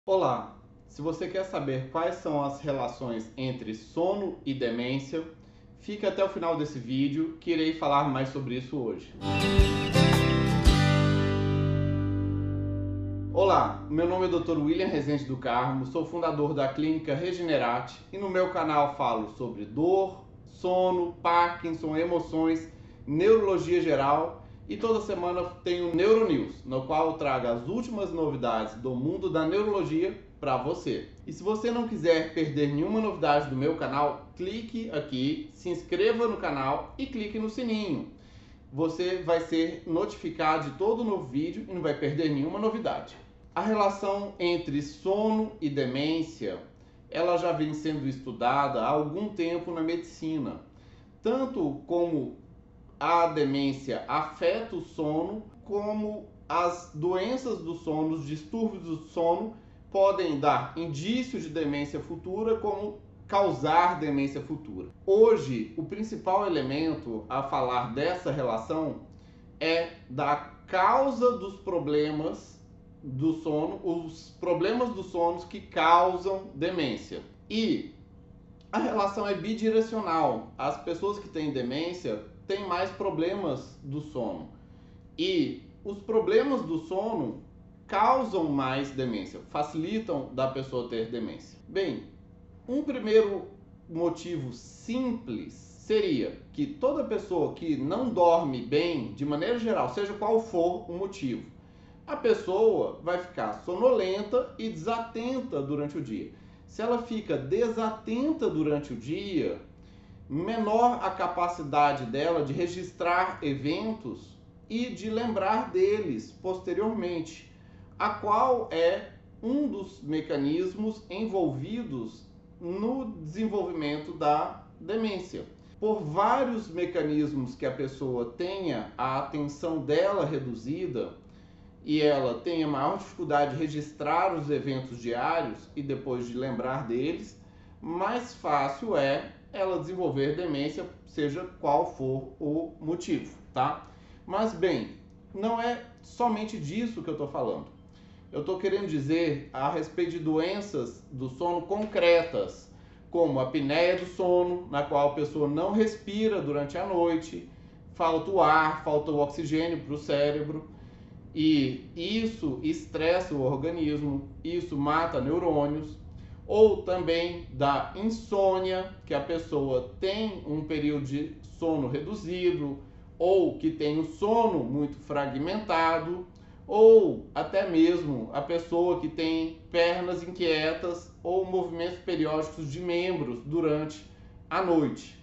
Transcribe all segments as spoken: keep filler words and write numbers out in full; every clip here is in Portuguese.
Olá! Se você quer saber quais são as relações entre sono e demência, fique até o final desse vídeo que irei falar mais sobre isso hoje. Olá, meu nome é doutor William Rezende do Carmo, sou fundador da clínica Regenerate e no meu canal falo sobre dor, sono, Parkinson, emoções, neurologia geral e toda semana tenho Neuronews, no qual eu trago as últimas novidades do mundo da neurologia para você. E se você não quiser perder nenhuma novidade do meu canal, clique aqui, se inscreva no canal e clique no sininho. Você vai ser notificado de todo novo vídeo e não vai perder nenhuma novidade. A relação entre sono e demência, ela já vem sendo estudada há algum tempo na medicina. Tanto como a demência afeta o sono, como as doenças do sono, os distúrbios do sono, podem dar indícios de demência futura, como causar demência futura. Hoje, o principal elemento a falar dessa relação é da causa dos problemas do sono, os problemas do sono que causam demência. E a relação é bidirecional. As pessoas que têm demência têm mais problemas do sono. E os problemas do sono causam mais demência, facilitam da pessoa ter demência. Bem, um primeiro motivo simples seria que toda pessoa que não dorme bem, de maneira geral, seja qual for o motivo, a pessoa vai ficar sonolenta e desatenta durante o dia. Se ela fica desatenta durante o dia, menor a capacidade dela de registrar eventos e de lembrar deles posteriormente, a qual é um dos mecanismos envolvidos no desenvolvimento da demência. Por vários mecanismos que a pessoa tenha a atenção dela reduzida e ela tenha maior dificuldade de registrar os eventos diários e depois de lembrar deles, mais fácil é ela desenvolver demência, seja qual for o motivo, tá? Mas bem, não é somente disso que eu estou falando. Eu estou querendo dizer a respeito de doenças do sono concretas, como a apneia do sono, na qual a pessoa não respira durante a noite, falta o ar, falta o oxigênio para o cérebro, e isso estressa o organismo, isso mata neurônios. Ou também da insônia, que a pessoa tem um período de sono reduzido, ou que tem o sono muito fragmentado, ou até mesmo a pessoa que tem pernas inquietas ou movimentos periódicos de membros durante a noite.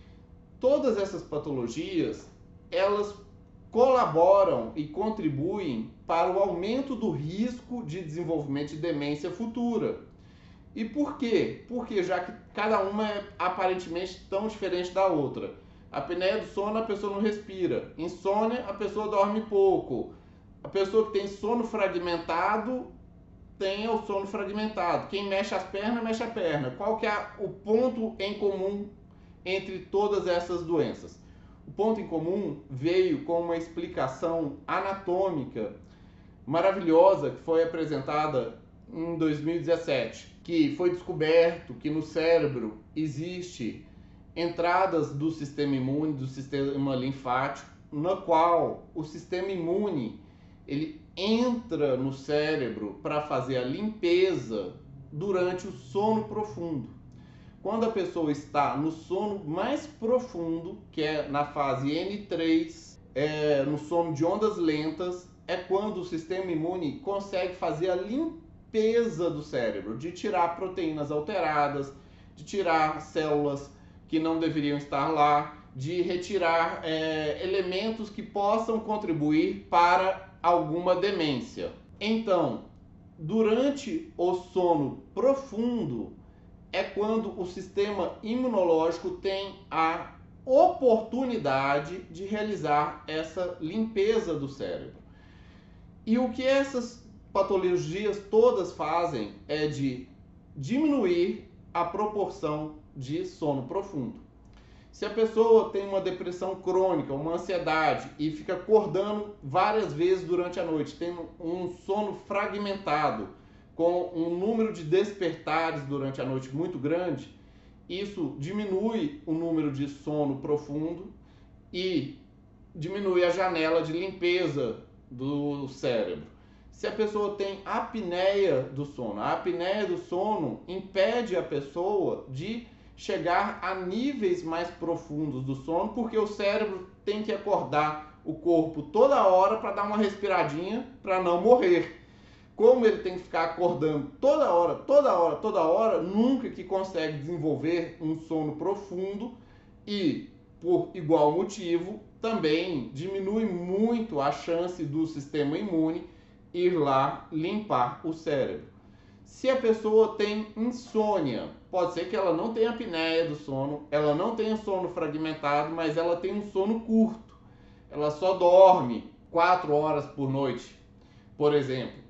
Todas essas patologias, elas colaboram e contribuem para o aumento do risco de desenvolvimento de demência futura. E por quê? Porque já que cada uma é aparentemente tão diferente da outra. A apneia do sono, a pessoa não respira. Insônia, a pessoa dorme pouco. A pessoa que tem sono fragmentado tem o sono fragmentado. Quem mexe as pernas, mexe a perna. Qual que é o ponto em comum entre todas essas doenças? O ponto em comum veio com uma explicação anatômica maravilhosa que foi apresentada em dois mil e dezessete, que foi descoberto que no cérebro existe entradas do sistema imune, do sistema linfático, na qual o sistema imune ele entra no cérebro para fazer a limpeza durante o sono profundo. Quando a pessoa está no sono mais profundo, que é na fase N três, é, no sono de ondas lentas, é quando o sistema imune consegue fazer a limpeza do cérebro, de tirar proteínas alteradas, de tirar células que não deveriam estar lá, de retirar é, elementos que possam contribuir para alguma demência. Então, durante o sono profundo, é quando o sistema imunológico tem a oportunidade de realizar essa limpeza do cérebro. E o que essas patologias todas fazem é de diminuir a proporção de sono profundo. Se a pessoa tem uma depressão crônica, uma ansiedade e fica acordando várias vezes durante a noite, tendo um sono fragmentado, com um número de despertares durante a noite muito grande, isso diminui o número de sono profundo e diminui a janela de limpeza do cérebro. Se a pessoa tem apneia do sono, a apneia do sono impede a pessoa de chegar a níveis mais profundos do sono, porque o cérebro tem que acordar o corpo toda hora para dar uma respiradinha para não morrer. Como ele tem que ficar acordando toda hora, toda hora, toda hora, nunca que consegue desenvolver um sono profundo e, por igual motivo, também diminui muito a chance do sistema imune ir lá limpar o cérebro. Se a pessoa tem insônia, pode ser que ela não tenha apneia do sono, ela não tenha sono fragmentado, mas ela tem um sono curto. Ela só dorme quatro horas por noite, por exemplo.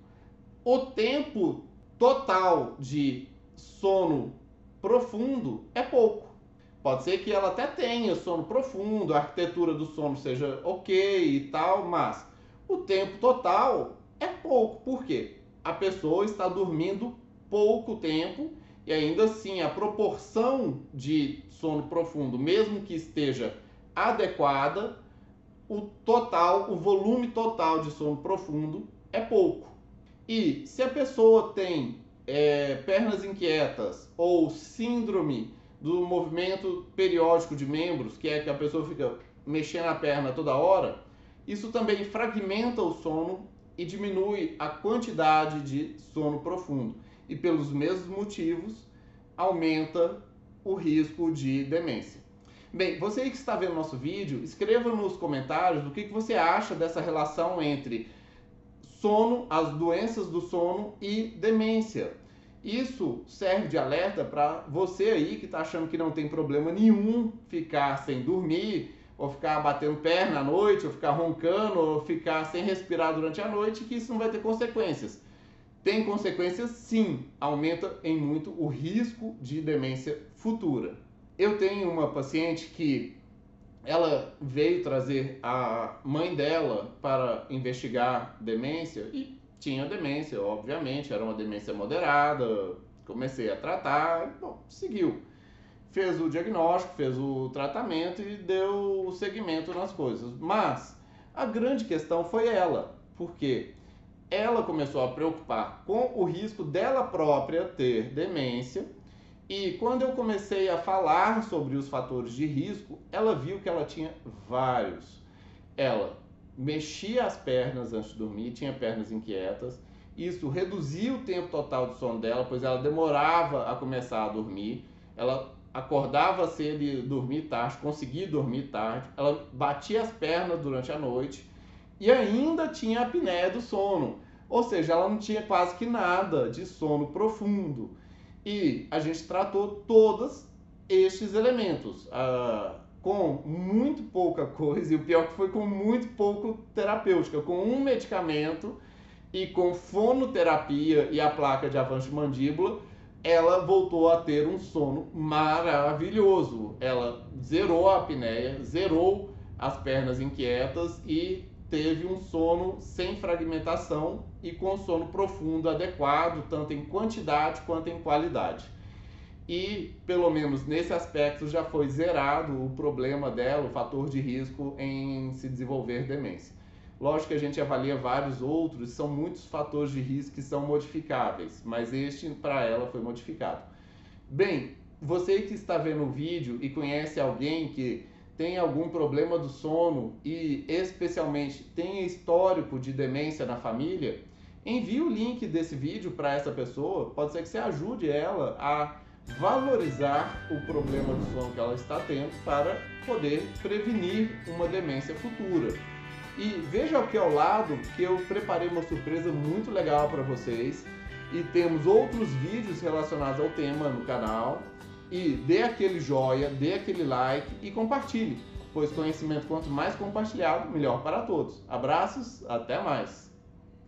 O tempo total de sono profundo é pouco. Pode ser que ela até tenha sono profundo, a arquitetura do sono seja ok e tal, mas o tempo total é pouco. Por quê? A pessoa está dormindo pouco tempo e ainda assim a proporção de sono profundo, mesmo que esteja adequada, o total, o volume total de sono profundo é pouco. E se a pessoa tem é, pernas inquietas ou síndrome do movimento periódico de membros, que é que a pessoa fica mexendo a perna toda hora, isso também fragmenta o sono e diminui a quantidade de sono profundo. E pelos mesmos motivos, aumenta o risco de demência. Bem, você aí que está vendo nosso vídeo, escreva nos comentários o que você acha dessa relação entre sono, as doenças do sono e demência. Isso serve de alerta para você aí que está achando que não tem problema nenhum ficar sem dormir, ou ficar batendo perna à noite, ou ficar roncando, ou ficar sem respirar durante a noite, que isso não vai ter consequências. Tem consequências sim, aumenta em muito o risco de demência futura. Eu tenho uma paciente que ela veio trazer a mãe dela para investigar demência e tinha demência, obviamente, era uma demência moderada. Comecei a tratar, bom, seguiu. Fez o diagnóstico, fez o tratamento e deu o seguimento nas coisas. Mas a grande questão foi ela, porque ela começou a preocupar com o risco dela própria ter demência. E quando eu comecei a falar sobre os fatores de risco, ela viu que ela tinha vários. Ela mexia as pernas antes de dormir, tinha pernas inquietas. Isso reduzia o tempo total de sono dela, pois ela demorava a começar a dormir. Ela acordava cedo e dormia tarde, conseguia dormir tarde. Ela batia as pernas durante a noite e ainda tinha a apneia do sono. Ou seja, ela não tinha quase que nada de sono profundo. E a gente tratou todos estes elementos ah, com muito pouca coisa, e o pior que foi com muito pouco terapêutica, com um medicamento e com fonoterapia e a placa de avanço de mandíbula, ela voltou a ter um sono maravilhoso. Ela zerou a apneia, zerou as pernas inquietas e teve um sono sem fragmentação e com sono profundo adequado, tanto em quantidade quanto em qualidade. E, pelo menos nesse aspecto, já foi zerado o problema dela, o fator de risco em se desenvolver demência. Lógico que a gente avalia vários outros, são muitos fatores de risco que são modificáveis, mas este, para ela, foi modificado. Bem, você que está vendo o vídeo e conhece alguém que tem algum problema do sono e especialmente tem histórico de demência na família, envie o link desse vídeo para essa pessoa. Pode ser que você ajude ela a valorizar o problema do sono que ela está tendo para poder prevenir uma demência futura. E veja aqui ao lado que eu preparei uma surpresa muito legal para vocês e temos outros vídeos relacionados ao tema no canal. E dê aquele joinha, dê aquele like e compartilhe, pois conhecimento quanto mais compartilhado, melhor para todos. Abraços, até mais!